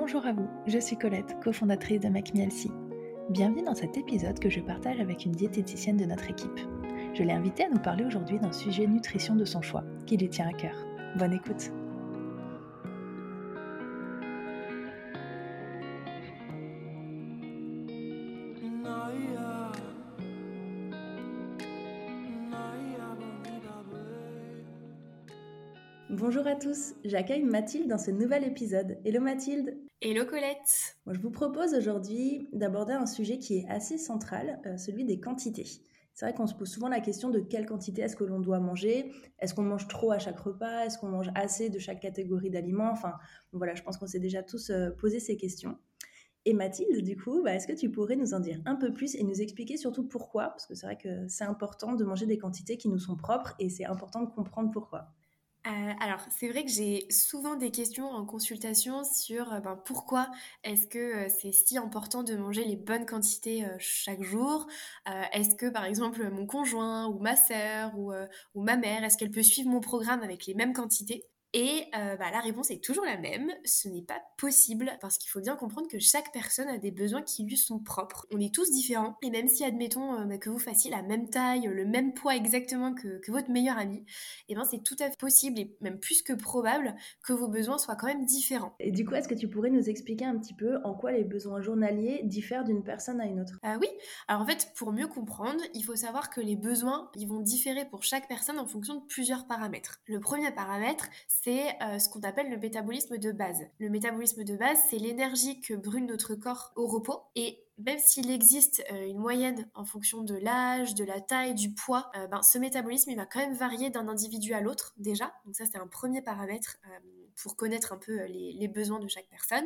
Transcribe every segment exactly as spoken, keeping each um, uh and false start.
Bonjour à vous, je suis Colette, cofondatrice de McMielsi. Bienvenue dans cet épisode que je partage avec une diététicienne de notre équipe. Je l'ai invitée à nous parler aujourd'hui d'un sujet nutrition de son choix, qui lui tient à cœur. Bonne écoute. Bonjour à tous, j'accueille Mathilde dans ce nouvel épisode. Hello Mathilde. Hello Colette. Moi, je vous propose aujourd'hui d'aborder un sujet qui est assez central, euh, celui des quantités. C'est vrai qu'on se pose souvent la question de quelle quantité est-ce que l'on doit manger. Est-ce qu'on mange trop à chaque repas? Est-ce qu'on mange assez de chaque catégorie d'aliments? Enfin, bon, voilà, je pense qu'on s'est déjà tous euh, posé ces questions. Et Mathilde, du coup, bah, est-ce que tu pourrais nous en dire un peu plus et nous expliquer surtout pourquoi? Parce que c'est vrai que c'est important de manger des quantités qui nous sont propres et c'est important de comprendre pourquoi. Euh, alors, c'est vrai que j'ai souvent des questions en consultation sur euh, ben, pourquoi est-ce que euh, c'est si important de manger les bonnes quantités euh, chaque jour. Euh, est-ce que, par exemple, mon conjoint ou ma sœur ou, euh, ou ma mère, est-ce qu'elle peut suivre mon programme avec les mêmes quantités? Et euh, bah, la réponse est toujours la même, ce n'est pas possible parce qu'il faut bien comprendre que chaque personne a des besoins qui lui sont propres. On est tous différents et même si admettons euh, bah, que vous fassiez la même taille, le même poids exactement que, que votre meilleur ami, eh ben c'est tout à fait possible et même plus que probable que vos besoins soient quand même différents. Et du coup, est-ce que tu pourrais nous expliquer un petit peu en quoi les besoins journaliers diffèrent d'une personne à une autre? Euh, oui, alors en fait, pour mieux comprendre, il faut savoir que les besoins, ils vont différer pour chaque personne en fonction de plusieurs paramètres. Le premier paramètre, c'est euh, ce qu'on appelle le métabolisme de base. Le métabolisme de base, c'est l'énergie que brûle notre corps au repos. Et même s'il existe euh, une moyenne en fonction de l'âge, de la taille, du poids, euh, ben, ce métabolisme, il va quand même varier d'un individu à l'autre déjà. Donc ça, c'est un premier paramètre euh, pour connaître un peu les, les besoins de chaque personne.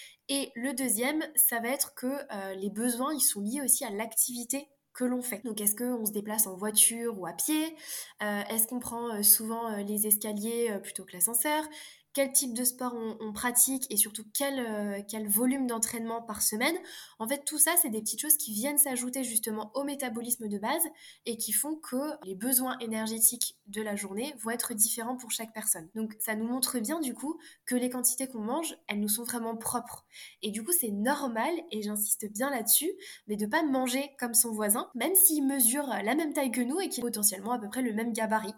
Et le deuxième, ça va être que euh, les besoins, ils sont liés aussi à l'activité que l'on fait. Donc est-ce qu'on se déplace en voiture ou à pied? Euh, Est-ce qu'on prend euh, souvent euh, les escaliers euh, plutôt que l'ascenseur? Quel type de sport on, on pratique et surtout quel, euh, quel volume d'entraînement par semaine? En fait, tout ça, c'est des petites choses qui viennent s'ajouter justement au métabolisme de base et qui font que les besoins énergétiques de la journée vont être différents pour chaque personne. Donc ça nous montre bien du coup que les quantités qu'on mange, elles nous sont vraiment propres. Et du coup, c'est normal, et j'insiste bien là-dessus, mais de pas manger comme son voisin, même s'il mesure la même taille que nous et qu'il a potentiellement à peu près le même gabarit.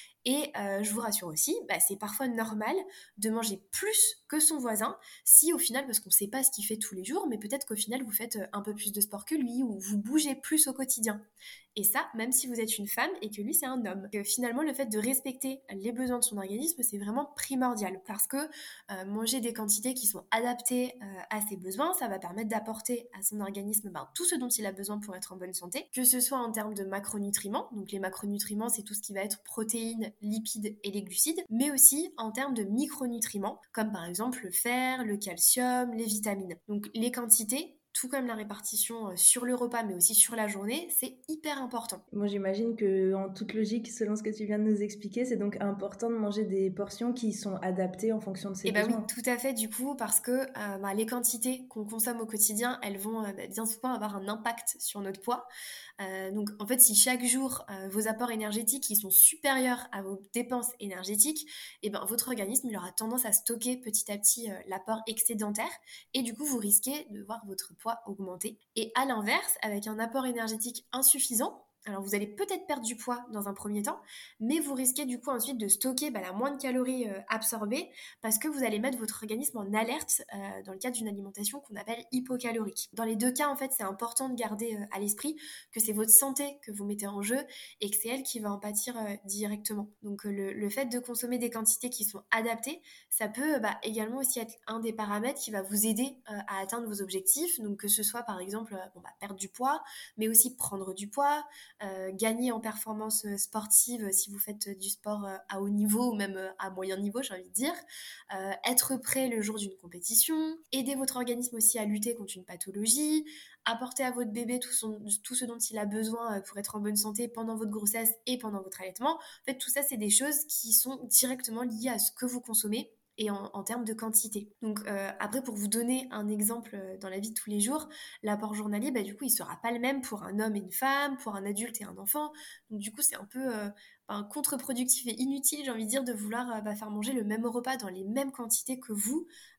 Et euh, je vous rassure aussi, bah, c'est parfois normal de manger plus que son voisin, si au final, parce qu'on ne sait pas ce qu'il fait tous les jours, mais peut-être qu'au final, vous faites un peu plus de sport que lui, ou vous bougez plus au quotidien. Et ça, même si vous êtes une femme et que lui, c'est un homme. Que finalement, le fait de respecter les besoins de son organisme, c'est vraiment primordial. Parce que euh, manger des quantités qui sont adaptées euh, à ses besoins, ça va permettre d'apporter à son organisme ben, tout ce dont il a besoin pour être en bonne santé. Que ce soit en termes de macronutriments, donc les macronutriments, c'est tout ce qui va être protéines, lipides et les glucides, mais aussi en termes de micronutriments, comme par exemple le fer, le calcium, les vitamines. Donc les quantités, tout comme la répartition sur le repas, mais aussi sur la journée, c'est hyper important. Moi, j'imagine que, en toute logique, selon ce que tu viens de nous expliquer, c'est donc important de manger des portions qui sont adaptées en fonction de ses Et bah oui, besoins. tout à fait du coup, parce que euh, bah, les quantités qu'on consomme au quotidien, elles vont euh, bah, bien souvent avoir un impact sur notre poids. Euh, donc en fait, si chaque jour euh, vos apports énergétiques ils sont supérieurs à vos dépenses énergétiques, et ben votre organisme il aura tendance à stocker petit à petit euh, l'apport excédentaire, et du coup vous risquez de voir votre poids augmenter. Et à l'inverse, avec un apport énergétique insuffisant, alors vous allez peut-être perdre du poids dans un premier temps, mais vous risquez du coup ensuite de stocker bah, la moins de calories euh, absorbées parce que vous allez mettre votre organisme en alerte euh, dans le cadre d'une alimentation qu'on appelle hypocalorique. Dans les deux cas, en fait, c'est important de garder euh, à l'esprit que c'est votre santé que vous mettez en jeu et que c'est elle qui va en pâtir euh, directement. Donc euh, le, le fait de consommer des quantités qui sont adaptées, ça peut bah, également aussi être un des paramètres qui va vous aider euh, à atteindre vos objectifs. Donc que ce soit par exemple euh, bon, bah, perdre du poids, mais aussi prendre du poids, euh, gagner en performance sportive euh, si vous faites du sport euh, à haut niveau ou même euh, à moyen niveau, j'ai envie de dire. Euh, être prêt le jour d'une compétition, aider votre organisme aussi à lutter contre une pathologie, apporter à votre bébé tout, son, tout ce dont il a besoin pour être en bonne santé pendant votre grossesse et pendant votre allaitement. En fait, tout ça, c'est des choses qui sont directement liées à ce que vous consommez et en, en termes de quantité. Donc euh, après, pour vous donner un exemple dans la vie de tous les jours, l'apport journalier, bah, du coup, il sera pas le même pour un homme et une femme, pour un adulte et un enfant. Donc du coup, c'est un peu euh, ben, contre-productif et inutile, j'ai envie de dire, de vouloir euh, bah, faire manger le même repas dans les mêmes quantités que vous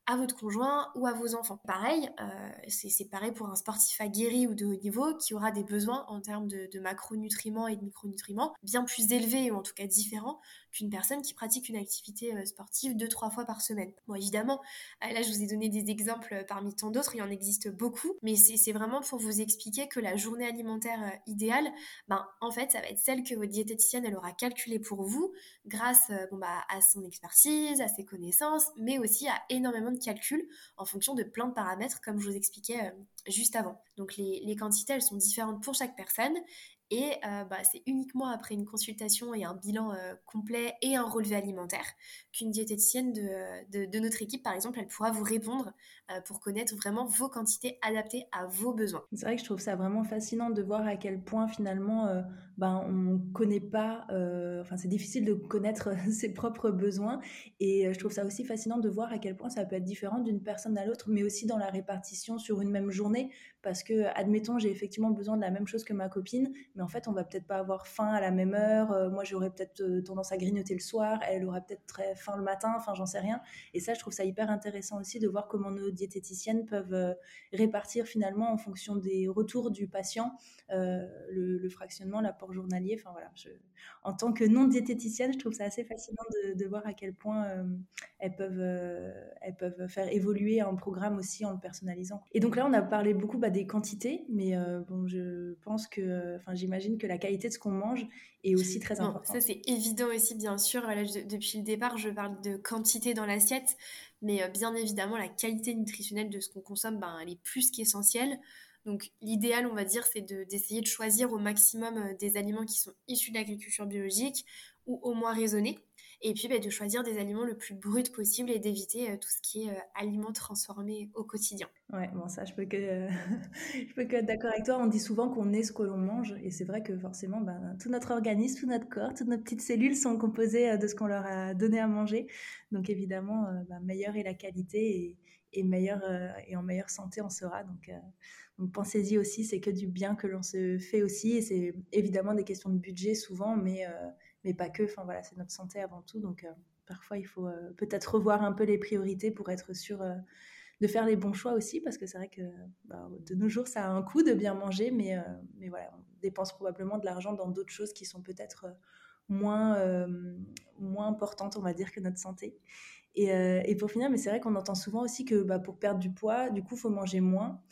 à votre conjoint ou à vos enfants. Pareil, euh, c'est, c'est pareil pour un sportif aguerri ou de haut niveau qui aura des besoins en termes de, de macronutriments et de micronutriments bien plus élevés ou en tout cas différents qu'une personne qui pratique une activité euh, sportive deux, trois fois par semaine. Bon, évidemment, euh, là je vous ai donné des exemples parmi tant d'autres, il y en existe beaucoup, mais c'est, c'est vraiment pour vous expliquer que la journée alimentaire euh, idéale, ben, en fait, ça va être celle que votre diététicienne elle aura calculée pour vous grâce euh, bon, bah, à son expertise, à ses connaissances, mais aussi à énormément de calculs en fonction de plein de paramètres, comme je vous expliquais euh, juste avant. Donc les, les quantités, elles sont différentes pour chaque personne. Et euh, bah, c'est uniquement après une consultation et un bilan euh, complet et un relevé alimentaire qu'une diététicienne de, de, de notre équipe, par exemple, elle pourra vous répondre euh, pour connaître vraiment vos quantités adaptées à vos besoins. C'est vrai que je trouve ça vraiment fascinant de voir à quel point finalement euh, ben, on ne connaît pas, euh, enfin c'est difficile de connaître ses propres besoins et euh, je trouve ça aussi fascinant de voir à quel point ça peut être différent d'une personne à l'autre, mais aussi dans la répartition sur une même journée parce que, admettons, j'ai effectivement besoin de la même chose que ma copine, mais en fait on va peut-être pas avoir faim à la même heure, euh, moi j'aurais peut-être euh, tendance à grignoter le soir, elle aura peut-être très faim le matin, enfin j'en sais rien, et ça je trouve ça hyper intéressant aussi de voir comment nos diététiciennes peuvent euh, répartir finalement en fonction des retours du patient, euh, le, le fractionnement, l'apport journalier. Enfin voilà, je, en tant que non diététicienne, je trouve ça assez fascinant de, de voir à quel point euh, elles peuvent, euh, elles peuvent faire évoluer un programme aussi en le personnalisant. Et donc là, on a parlé beaucoup bah, des quantités, mais euh, bon, je pense que, enfin, j'imagine que la qualité de ce qu'on mange est aussi très Bon, importante. ça c'est évident aussi, bien sûr. Là, je- depuis le départ, je parle de quantité dans l'assiette, mais euh, bien évidemment, la qualité nutritionnelle de ce qu'on consomme, ben, elle est plus qu'essentielle. Donc, l'idéal, on va dire, c'est de, d'essayer de choisir au maximum euh, des aliments qui sont issus de l'agriculture biologique ou au moins raisonnés. Et puis, ben, de choisir des aliments le plus bruts possible et d'éviter euh, tout ce qui est euh, aliments transformés au quotidien. Ouais, bon, ça, je peux que, euh, je peux que être d'accord avec toi. On dit souvent qu'on est ce que l'on mange, et c'est vrai que forcément, ben, tout notre organisme, tout notre corps, toutes nos petites cellules sont composées euh, de ce qu'on leur a donné à manger. Donc évidemment, euh, ben, meilleure est la qualité et, et, meilleure, euh, et en meilleure santé on sera. Donc, euh, donc pensez-y aussi, c'est que du bien que l'on se fait aussi, et c'est évidemment des questions de budget souvent, mais, euh, mais pas que. Enfin voilà, c'est notre santé avant tout. Donc euh, parfois, il faut euh, peut-être revoir un peu les priorités pour être sûr. Euh, de faire les bons choix aussi, parce que c'est vrai que bah, de nos jours, ça a un coût de bien manger, mais, euh, mais voilà, on dépense probablement de l'argent dans d'autres choses qui sont peut-être euh, moins, euh, moins importantes, on va dire, que notre santé. Et, euh, et pour finir, mais c'est vrai qu'on entend souvent aussi que bah, pour perdre du poids, du coup, il faut manger moins.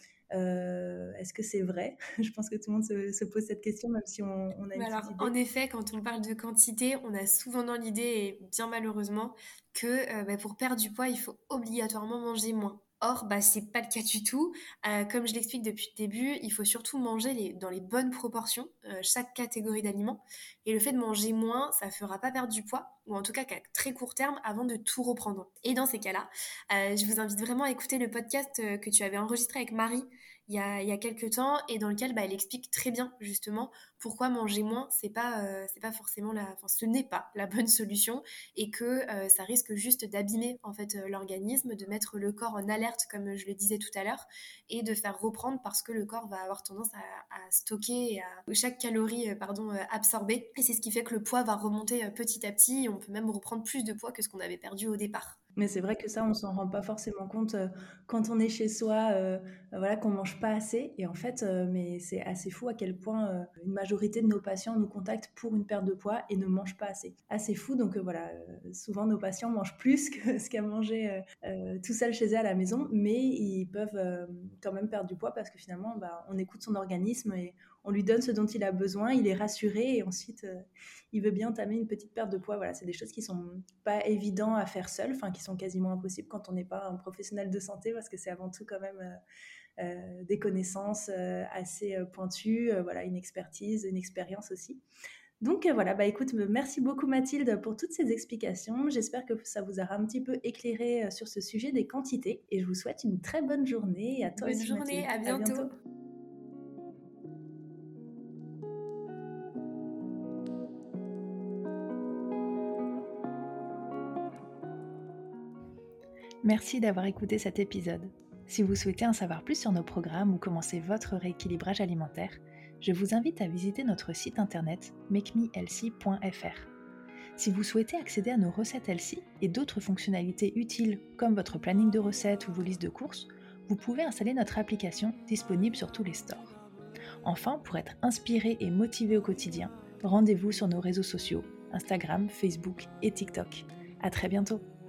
Euh, est-ce que c'est vrai? Je pense que tout le monde se, se pose cette question, même si on, on a Mais une alors, petite idée. en effet, quand on parle de quantité, on a souvent dans l'idée, et bien malheureusement, que euh, bah, pour perdre du poids, il faut obligatoirement manger moins. Or, bah, c'est pas le cas du tout. Euh, comme je l'explique depuis le début, il faut surtout manger les, dans les bonnes proportions, euh, chaque catégorie d'aliments. Et le fait de manger moins, ça fera pas perdre du poids, ou en tout cas qu'à très court terme, avant de tout reprendre. Et dans ces cas-là, euh, je vous invite vraiment à écouter le podcast euh, que tu avais enregistré avec Marie il y a, il y a quelques temps, et dans lequel bah, elle explique très bien justement pourquoi manger moins, c'est pas, euh, c'est pas forcément la, enfin, ce n'est pas la bonne solution, et que euh, ça risque juste d'abîmer en fait euh, l'organisme, de mettre le corps en alerte comme je le disais tout à l'heure, et de faire reprendre parce que le corps va avoir tendance à, à stocker et à chaque calorie euh, pardon euh, absorbée, et c'est ce qui fait que le poids va remonter euh, petit à petit, et on peut même reprendre plus de poids que ce qu'on avait perdu au départ. Mais c'est vrai que ça, on s'en rend pas forcément compte euh, quand on est chez soi, euh, euh, voilà, qu'on mange pas assez. Et en fait, euh, mais c'est assez fou à quel point euh, une majorité de nos patients nous contactent pour une perte de poids et ne mangent pas assez. Assez fou. Donc euh, voilà, euh, souvent nos patients mangent plus que ce qu'à manger euh, euh, tout seul chez eux à la maison, mais ils peuvent euh, quand même perdre du poids parce que finalement, bah, on écoute son organisme et on lui donne ce dont il a besoin, il est rassuré et ensuite euh, il veut bien entamer une petite perte de poids. Voilà, c'est des choses qui sont pas évidentes à faire seul, enfin qui sont quasiment impossibles quand on n'est pas un professionnel de santé parce que c'est avant tout quand même euh, euh, des connaissances euh, assez euh, pointues, euh, voilà, une expertise, une expérience aussi. Donc euh, voilà, bah écoute, merci beaucoup Mathilde pour toutes ces explications. J'espère que ça vous aura un petit peu éclairé euh, sur ce sujet des quantités et je vous souhaite une très bonne journée et à toi Bonne aussi journée, Mathilde. à À bientôt. bientôt. Merci d'avoir écouté cet épisode. Si vous souhaitez en savoir plus sur nos programmes ou commencer votre rééquilibrage alimentaire, je vous invite à visiter notre site internet make me healthy point f r. Si vous souhaitez accéder à nos recettes Healthy et d'autres fonctionnalités utiles comme votre planning de recettes ou vos listes de courses, vous pouvez installer notre application disponible sur tous les stores. Enfin, pour être inspiré et motivé au quotidien, rendez-vous sur nos réseaux sociaux, Instagram, Facebook et TikTok. À très bientôt!